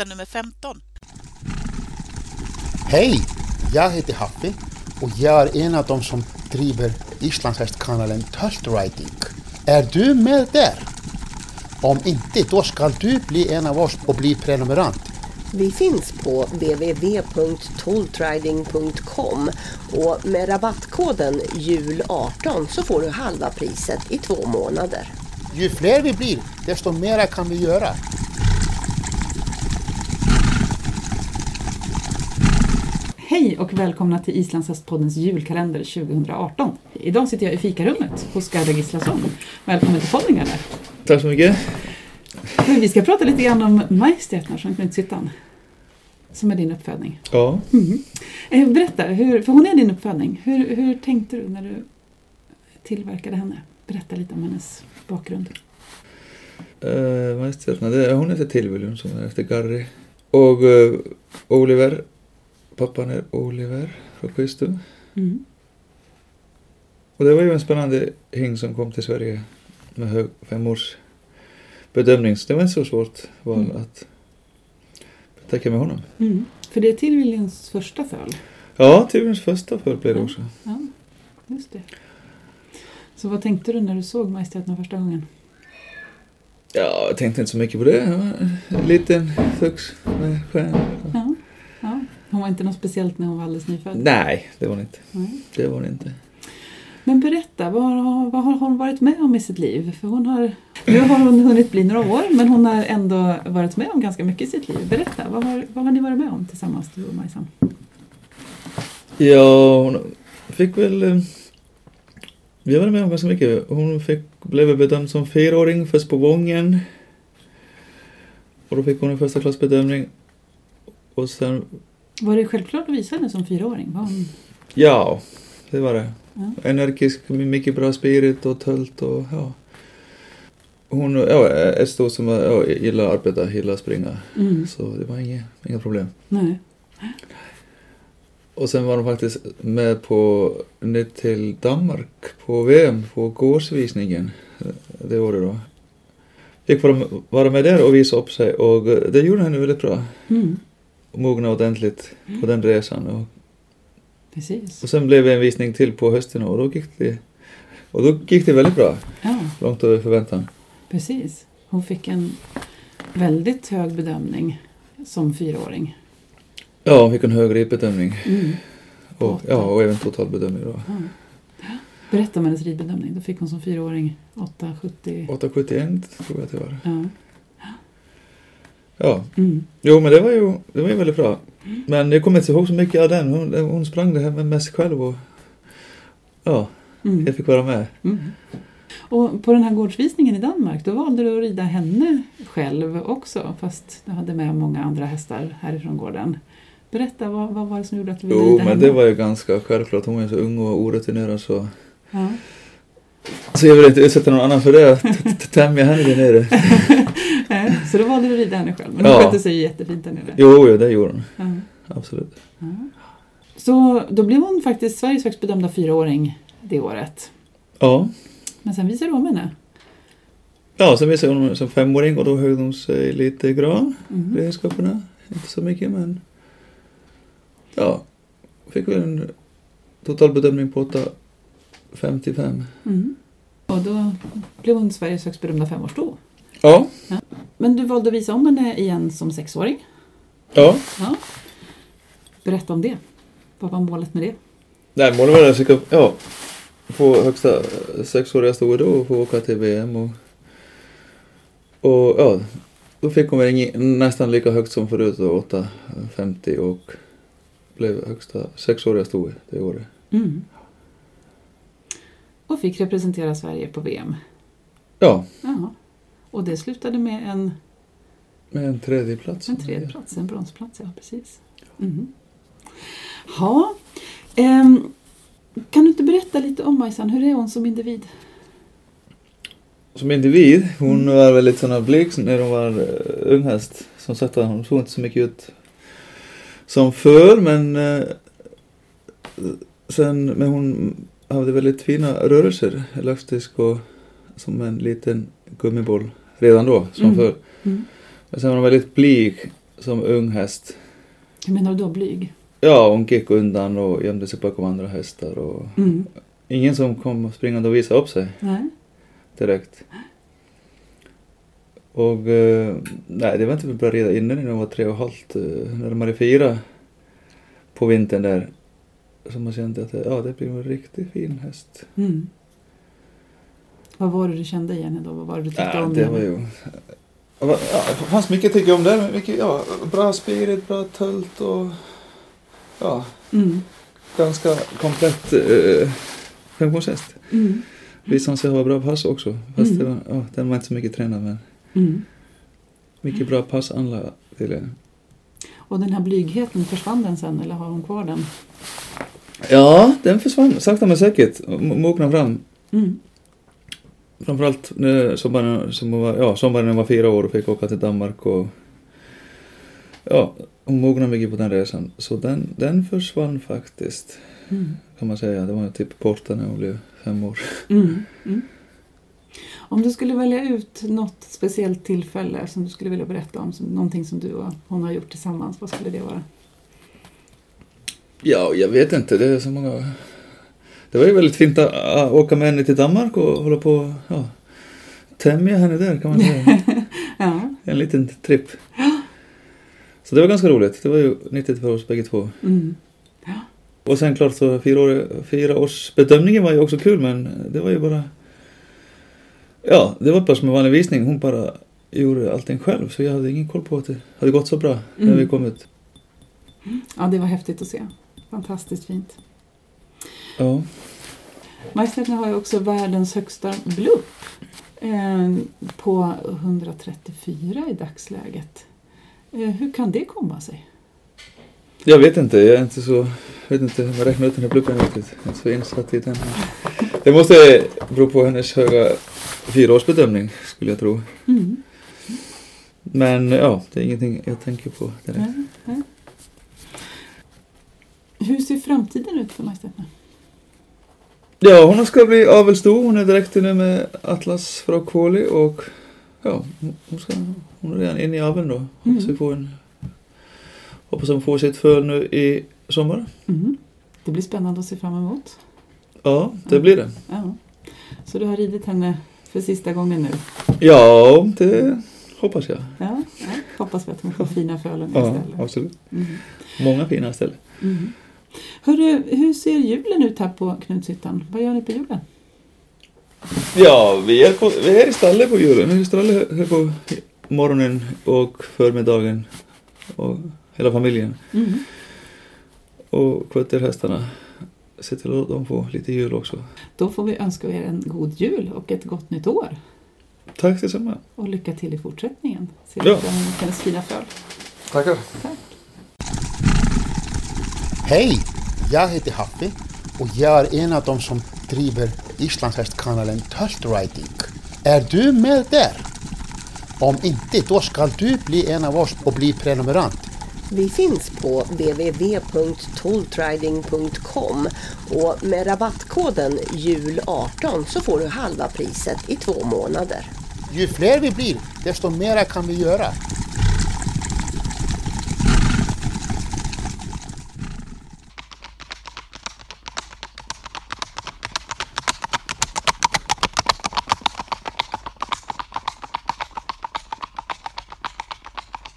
hästen nummer 15. Hej, jag heter Haffi och jag är en av dem som driver islandshästkanalen Tölt Riding. Är du med där? Om inte, då ska du bli en av oss och bli prenumerant. Vi finns på www.toltriding.com och med rabattkoden JUL18 så får du halva priset i 2 månader. Ju fler vi blir, desto mera kan vi göra. Hej och välkomna till Islandshästpoddens julkalender 2018. Idag sitter jag i fikarummet hos Gerda Gislason. Välkommen till podden, Gerda. Tack så mycket. Men vi ska prata lite grann om Majstjärtnar från Knutshyttan, som är din uppfödning. Ja. Berätta, för hon är din uppfödning. Hur tänkte du när du tillverkade henne? Berätta lite om hennes bakgrund. Majstjärtnar, hon heter Tilviljun som är efter Garri. Och Oliver, pappan är Oliver från Kustu. Och det var ju en spännande häng som kom till Sverige med hög 5-års bedömning. Så det var inte så svårt val att betacka med honom. För det är Tilviljuns första föl. Ja, Tilviljons första föl blev det också. Ja, just det. Så vad tänkte du när du såg Majstjärtnar första gången? Ja, jag tänkte inte så mycket på det. En liten fux med stjärn. Ja. Hon var inte något speciellt när hon var alldeles nyfödd? Nej, det var det inte. Nej. Det var det inte. Men berätta, vad har hon varit med om i sitt liv? För nu har hon hunnit bli några år, men hon har ändå varit med om ganska mycket i sitt liv. Berätta, vad har ni varit med om tillsammans, du och Majsan? Ja, hon fick väl... Vi var med om ganska mycket. Hon blev bedömd som 4-åring först på Vången. Och då fick hon en första klassbedömning. Och sen... Var det självklart att visa henne som 4-åring? Ja, det var det. Ja. Energisk, mycket bra spirit och tölt och ja. Hon är stor som gillar att arbeta, gillar att springa. Så det var inga problem. Nej. Och sen var de faktiskt med ner till Danmark på VM på gårdsvisningen. Det var det då. Fick vara med där och visa upp sig och det gjorde henne väldigt bra. Mogna ordentligt på den resan. Precis. Och sen blev det en visning till på hösten och då gick det väldigt bra. Ja. Långt över förväntan. Precis. Hon fick en väldigt hög bedömning som 4-åring. Ja, hon fick en hög ripbedömning. Och även totalbedömning då. Ja. Berätta om hennes ridbedömning. Då fick hon som 4-åring 8,70. 8,71 tror jag att det var. Ja. Ja. Jo, men det var ju väldigt bra. Men jag kommer inte ihåg så mycket av den. Hon sprang det här med mest själv och jag fick vara med. Och på den här gårdsvisningen i Danmark, då valde du att rida henne själv också, fast du hade med många andra hästar härifrån gården. Berätta, vad var det som gjorde att du ville rida henne? Jo, men det var ju ganska självklart. Hon är så ung och orutinerad så... Ja. Så jag vill inte utsätta någon annan för det. Tämja henne där nere. Så då valde du att rida henne själv. Men hon skötte sig jättefint där nere. Jo, det gjorde hon. Ja. Absolut. Ja. Så då blev hon faktiskt Sveriges högst bedömda 4-åring det året. Ja. Men sen visade du om henne. Ja, sen visade hon som 5-åring och då höjde hon sig lite grann. Redskaperna. Inte så mycket, men... Ja, fick väl en total bedömning på 8,55. Och då blev hon Sveriges högst bedömda 5-årssto. Ja. Men du valde att visa om henne igen som 6-åring. Ja. Berätta om det. Vad var målet med det? Nej, målet var att jag ska få högsta 6-åriga stoet då och få åka till VM. Och då fick hon väl nästan lika högt som förut, 8,50 och blev högsta 6-åriga stoet det året. Och fick representera Sverige på VM. Ja. Och det slutade med en tredje plats. En bronsplats, ja precis. Ja. Kan du inte berätta lite om Majsan? Hur är hon som individ? Som individ? Hon var väldigt sån här blyg när hon var ung häst. Som sagt, hon såg inte så mycket ut som förr, men hon hade väldigt fina rörelser, elastisk och som en liten gummiboll redan då, som förr. Men sen var hon väldigt blyg som ung häst. Hur menar du då, blyg? Ja, hon gick undan och gömde sig bakom andra hästar. Och ingen som kom springande och visade upp sig. Nej. Direkt. Och nej, det var inte bra reda innan när hon var 3,5, närmare 4 på vintern där. Så man kände att det blir en riktigt fin häst. Mm. Vad var det du kände i henne då? Vad var det du tyckte om det henne? var ju... det fanns mycket att tycka om där. Mycket, bra spirit, bra tölt och... ganska komplett funktionshäst. Visade sig ha bra pass också. Fast det var, den var inte så mycket tränad, men... Mycket bra passanlag till det. Och den här blygheten, försvann den sen eller har hon kvar den? Ja, den försvann sakta men säkert. Mogna fram. Framförallt sommaren när hon var 4 år och fick åka till Danmark och hon mognade mycket på den resan. Så den försvann faktiskt. Kan man säga. Det var typ borta när hon blev 5 år. Om du skulle välja ut något speciellt tillfälle som du skulle vilja berätta om, någonting som du och hon har gjort tillsammans, vad skulle det vara? Ja, jag vet inte. Det är så många... Det var ju väldigt fint att åka med henne till Danmark och hålla på tämja henne där, kan man säga. En liten tripp. Så det var ganska roligt. Det var ju nyttigt för oss bägge två. Och sen klart så 4 års bedömningen var ju också kul, men det var ju bara... Ja, det var bara som en vanlig visning. Hon bara gjorde allting själv, så jag hade ingen koll på att det hade gått så bra när vi kom ut. Ja, det var häftigt att se. Fantastiskt fint. Ja. Majsträtterna har ju också världens högsta blupp på 134 i dagsläget. Hur kan det komma sig? Jag vet inte, jag är inte så... Jag vet inte hur man räknar ut den här bluppen riktigt. Jag är så insatt i den. Det måste bero på hennes höga 4-årsbedömning, skulle jag tro. Men det är ingenting jag tänker på direkt. Nej. Hur ser framtiden ut för Majsträtterna? Ja, hon ska bli avelssto. Hon är direkt nu med Atlas från Kåli och hon är redan inne i aveln då. Hoppas hon får sitt föl nu i sommar. Det blir spännande att se fram emot. Ja, det blir det. Ja. Så du har ridit henne för sista gången nu? Ja, det hoppas jag. Ja, hoppas vi att hon får fina fölen istället. Ja, absolut. Många fina ställen. Hörru, hur ser julen ut här på Knutshyttan? Vad gör ni på julen? Ja, vi är i stallet på julen. Vi är i stallet här på morgonen och förmiddagen. Och hela familjen. Och sköter hästarna. Se till att de får lite jul också. Då får vi önska er en god jul och ett gott nytt år. Tack detsamma. Och lycka till i fortsättningen. Se ja. Hennes fina föl. Tackar. Tack. Hej, jag heter Haffi och jag är en av dem som driver islandshästkanalen Tölt Riding. Är du med där? Om inte, då ska du bli en av oss och bli prenumerant. Vi finns på www.toltriding.com och med rabattkoden JUL18 så får du halva priset i 2 månader. Ju fler vi blir, desto mera kan vi göra.